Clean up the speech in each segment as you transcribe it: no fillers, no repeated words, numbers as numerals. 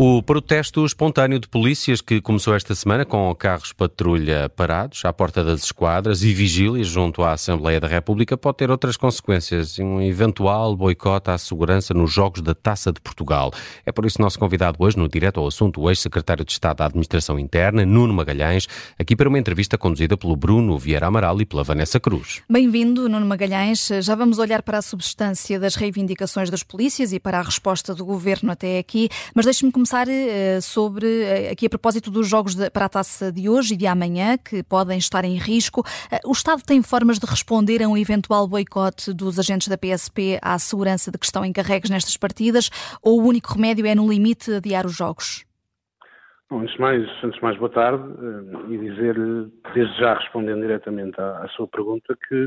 O protesto espontâneo de polícias que começou esta semana com carros patrulha parados à porta das esquadras e vigílias junto à Assembleia da República pode ter outras consequências, um eventual boicote à segurança nos Jogos da Taça de Portugal. É por isso nosso convidado hoje, no Direto ao Assunto, o ex-secretário de Estado da Administração Interna, Nuno Magalhães, aqui para uma entrevista conduzida pelo Bruno Vieira Amaral e pela Vanessa Cruz. Bem-vindo, Nuno Magalhães. Já vamos olhar para a substância das reivindicações das polícias e para a resposta do Governo até aqui, mas deixe-me começar aqui a propósito dos jogos para a taça de hoje e de amanhã, que podem estar em risco. O Estado tem formas de responder a um eventual boicote dos agentes da PSP à segurança de que estão encarregues nestas partidas, ou o único remédio é, no limite, adiar os jogos? Bom, antes de mais boa tarde e dizer-lhe, desde já respondendo diretamente à sua pergunta, que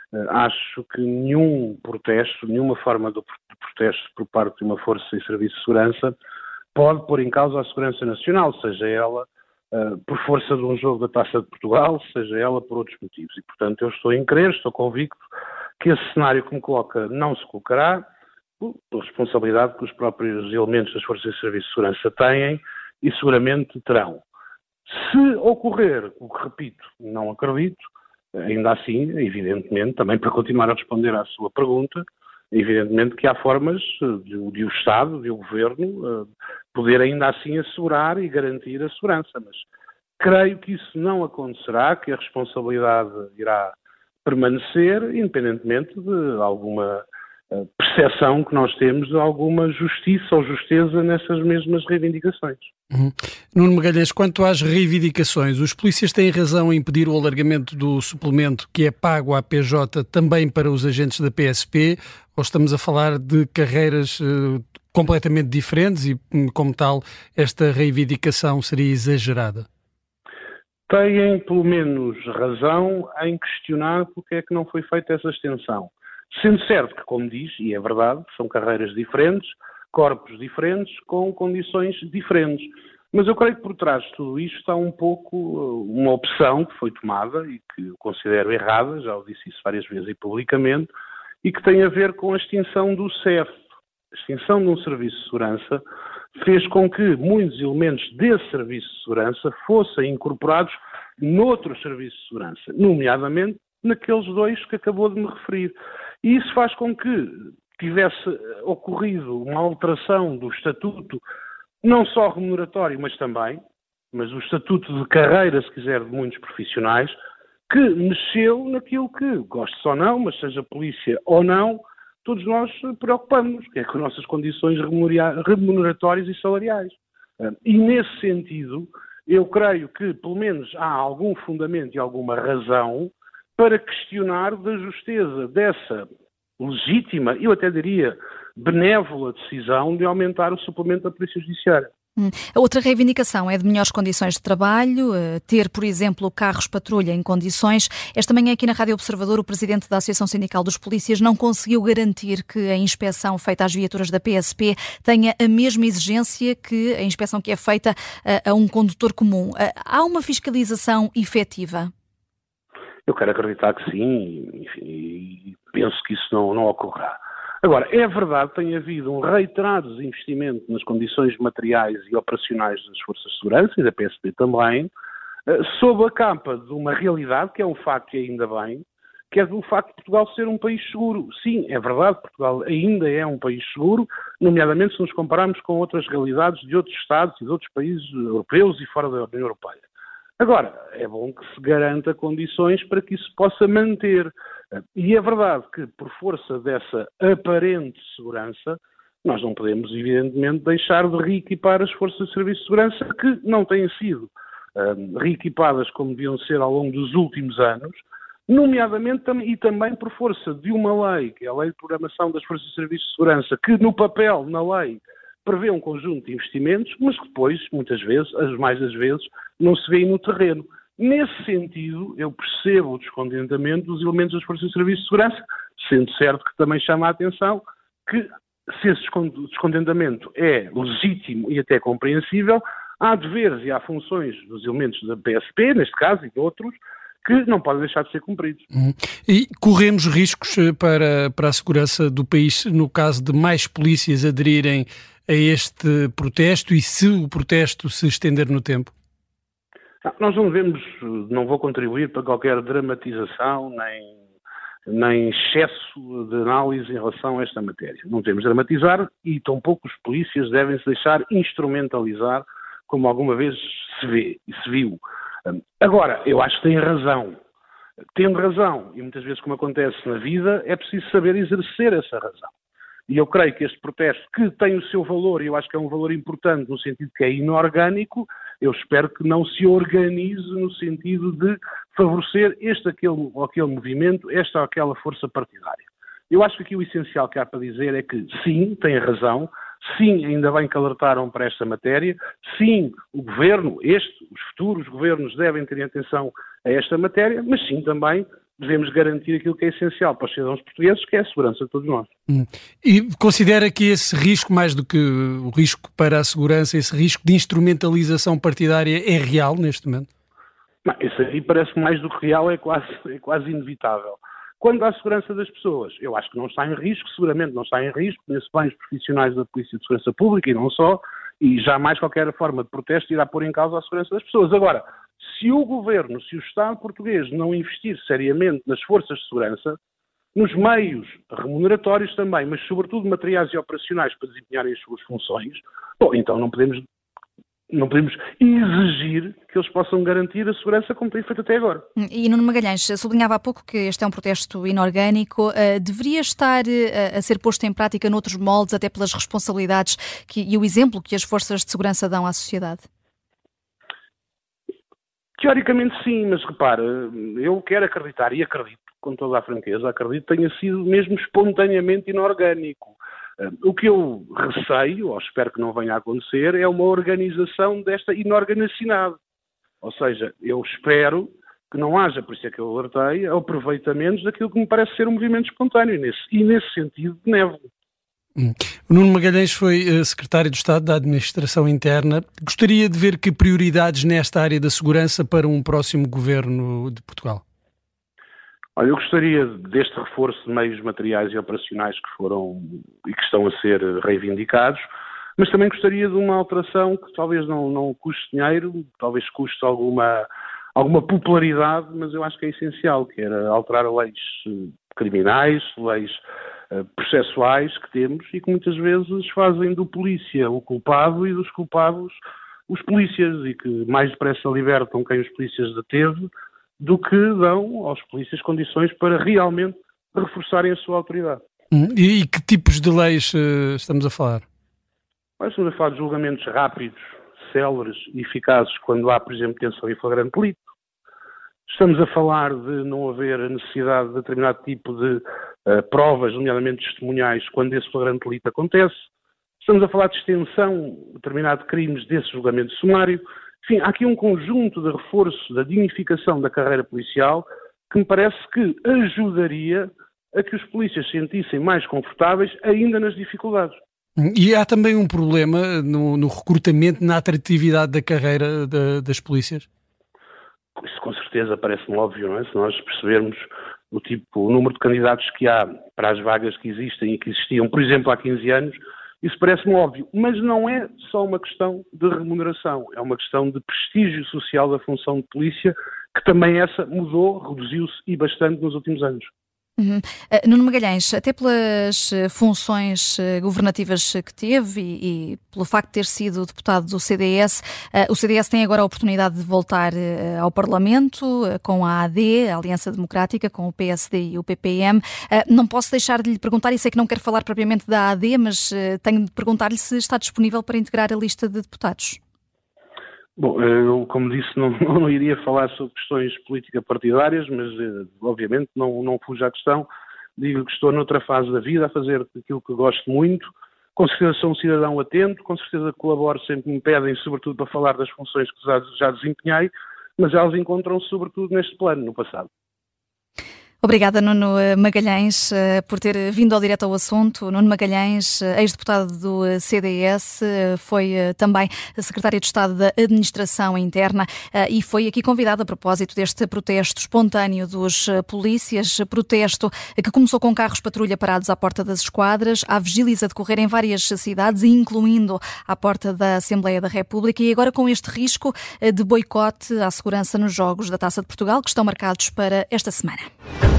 acho que nenhum protesto, nenhuma forma de protesto por parte de uma força e serviço de segurança pode pôr em causa a segurança nacional, seja ela por força de um jogo da Taça de Portugal, seja ela por outros motivos. E, portanto, eu estou convicto que esse cenário que me coloca não se colocará, pela responsabilidade que os próprios elementos das forças de serviço de segurança têm e seguramente terão. Se ocorrer, o que repito, não acredito, ainda assim, evidentemente, também para continuar a responder à sua pergunta, evidentemente que há formas de o Estado, de o Governo, poder ainda assim assegurar e garantir a segurança, mas creio que isso não acontecerá, que a responsabilidade irá permanecer, independentemente de alguma percepção que nós temos de alguma justiça ou justeza nessas mesmas reivindicações. Nuno Magalhães, quanto às reivindicações, os polícias têm razão em pedir o alargamento do suplemento que é pago à PJ também para os agentes da PSP, ou estamos a falar de carreiras completamente diferentes e, como tal, esta reivindicação seria exagerada? Têm, pelo menos, razão em questionar porque é que não foi feita essa extensão. Sendo certo que, como diz, e é verdade, são carreiras diferentes, corpos diferentes, com condições diferentes. Mas eu creio que por trás de tudo isto está um pouco uma opção que foi tomada e que eu considero errada, já o disse isso várias vezes e publicamente, e que tem a ver com a extinção do CEF. A extinção de um serviço de segurança fez com que muitos elementos desse serviço de segurança fossem incorporados noutros serviços de segurança, nomeadamente naqueles dois que acabou de me referir. E isso faz com que tivesse ocorrido uma alteração do estatuto, não só remuneratório, mas o estatuto de carreira, se quiser, de muitos profissionais, que mexeu naquilo que, goste ou não, mas seja polícia ou não, todos nós preocupamos, que é com as nossas condições remuneratórias e salariais. E nesse sentido, eu creio que, pelo menos, há algum fundamento e alguma razão para questionar da justeza dessa legítima, eu até diria benévola decisão de aumentar o suplemento da Polícia Judiciária. A outra reivindicação é de melhores condições de trabalho, ter, por exemplo, carros patrulha em condições. Esta manhã aqui na Rádio Observador, o presidente da Associação Sindical dos Polícias não conseguiu garantir que a inspeção feita às viaturas da PSP tenha a mesma exigência que a inspeção que é feita a um condutor comum. Há uma fiscalização efetiva? Eu quero acreditar que sim, enfim, e penso que isso não ocorrerá. Agora, é verdade que tem havido um reiterado desinvestimento nas condições materiais e operacionais das forças de segurança e da PSP também, sob a capa de uma realidade, que é um facto e ainda bem, que é do facto de Portugal ser um país seguro. Sim, é verdade, Portugal ainda é um país seguro, nomeadamente se nos compararmos com outras realidades de outros Estados e de outros países europeus e fora da União Europeia. Agora, é bom que se garanta condições para que isso possa manter. E é verdade que, por força dessa aparente segurança, nós não podemos, evidentemente, deixar de reequipar as forças de serviço de segurança que não têm sido reequipadas como deviam ser ao longo dos últimos anos, nomeadamente e também por força de uma lei, que é a Lei de Programação das Forças de Serviço de Segurança, que no papel, na lei, prevê um conjunto de investimentos, mas que depois, muitas vezes, as mais das vezes, não se vê no terreno. Nesse sentido, eu percebo o descontentamento dos elementos das Forças de Serviço de Segurança, sendo certo que também chama a atenção que, se esse descontentamento é legítimo e até compreensível, há deveres e há funções dos elementos da PSP, neste caso, e de outros, que não podem deixar de ser cumpridos. E corremos riscos para a segurança do país no caso de mais polícias aderirem a este protesto e se o protesto se estender no tempo? Nós não vou contribuir para qualquer dramatização nem excesso de análise em relação a esta matéria. Não devemos dramatizar e tampouco os polícias devem se deixar instrumentalizar como alguma vez se vê e se viu. Agora, eu acho que tem razão. Tendo razão, e muitas vezes como acontece na vida, é preciso saber exercer essa razão. E eu creio que este protesto, que tem o seu valor, e eu acho que é um valor importante no sentido que é inorgânico, eu espero que não se organize no sentido de favorecer aquele movimento, esta ou aquela força partidária. Eu acho que aqui o essencial que há para dizer é que, sim, tem razão, sim, ainda bem que alertaram para esta matéria, sim, o governo, os futuros governos devem ter atenção a esta matéria, mas sim, também devemos garantir aquilo que é essencial para os cidadãos portugueses, que é a segurança de todos nós. E considera que esse risco, mais do que o risco para a segurança, esse risco de instrumentalização partidária é real neste momento? Não, isso aí parece mais do que real, é quase inevitável. Quando há segurança das pessoas, eu acho que não está em risco, seguramente não está em risco, conheço bem os profissionais da Polícia de Segurança Pública e não só, e jamais qualquer forma de protesto irá pôr em causa a segurança das pessoas. Agora, se o Governo, se o Estado português não investir seriamente nas forças de segurança, nos meios remuneratórios também, mas sobretudo materiais e operacionais para desempenharem as suas funções, bom, então não podemos exigir que eles possam garantir a segurança como têm feito até agora. E Nuno Magalhães sublinhava há pouco que este é um protesto inorgânico. Deveria estar a ser posto em prática noutros moldes, até pelas responsabilidades e o exemplo que as forças de segurança dão à sociedade? Teoricamente sim, mas repara, eu quero acreditar, e acredito com toda a franqueza, acredito que tenha sido mesmo espontaneamente inorgânico. O que eu receio, ou espero que não venha a acontecer, é uma organização desta inorganicidade. Ou seja, eu espero que não haja, por isso é que eu alertei, aproveitamentos daquilo que me parece ser um movimento espontâneo. E nesse sentido, nevo. O Nuno Magalhães foi secretário de Estado da Administração Interna. Gostaria de ver que prioridades nesta área da segurança para um próximo governo de Portugal? Olha, eu gostaria deste reforço de meios materiais e operacionais que foram e que estão a ser reivindicados, mas também gostaria de uma alteração que talvez não custe dinheiro, talvez custe alguma popularidade, mas eu acho que é essencial, que era alterar leis criminais, leis processuais que temos e que muitas vezes fazem do polícia o culpado e dos culpados os polícias e que mais depressa libertam quem os polícias deteve do que dão aos polícias condições para realmente reforçarem a sua autoridade. E que tipos de leis estamos a falar? Estamos a falar de julgamentos rápidos, céleres e eficazes quando há, por exemplo, detenção em flagrante delito. Estamos a falar de não haver a necessidade de determinado tipo de provas, nomeadamente testemunhais, quando esse flagrante delito acontece. Estamos a falar de extensão de determinado crimes desse julgamento sumário. Enfim, há aqui um conjunto de reforço da dignificação da carreira policial que me parece que ajudaria a que os polícias se sentissem mais confortáveis ainda nas dificuldades. E há também um problema no recrutamento, na atratividade da carreira das polícias? Isso com certeza parece-me óbvio, não é? Se nós percebermos o número de candidatos que há para as vagas que existem e que existiam, por exemplo, há 15 anos, isso parece-me óbvio, mas não é só uma questão de remuneração, é uma questão de prestígio social da função de polícia, que também essa mudou, reduziu-se e bastante nos últimos anos. Nuno Magalhães, até pelas funções governativas que teve e pelo facto de ter sido deputado do CDS, o CDS tem agora a oportunidade de voltar ao Parlamento com a AD, a Aliança Democrática, com o PSD e o PPM. Não posso deixar de lhe perguntar, e sei que não quero falar propriamente da AD, mas tenho de perguntar-lhe se está disponível para integrar a lista de deputados. Bom, eu, como disse, não iria falar sobre questões política-partidárias, mas, obviamente, não fujo à questão. Digo que estou noutra fase da vida, a fazer aquilo que gosto muito. Com certeza sou um cidadão atento, com certeza colaboro sempre que me pedem, sobretudo para falar das funções que já desempenhei, mas elas encontram-se, sobretudo, neste plano, no passado. Obrigada, Nuno Magalhães, por ter vindo ao direto ao assunto. Nuno Magalhães, ex-deputado do CDS, foi também secretário de Estado da Administração Interna e foi aqui convidado a propósito deste protesto espontâneo dos polícias, protesto que começou com carros patrulha parados à porta das esquadras, há vigílias a decorrer em várias cidades, incluindo à porta da Assembleia da República, e agora com este risco de boicote à segurança nos Jogos da Taça de Portugal, que estão marcados para esta semana.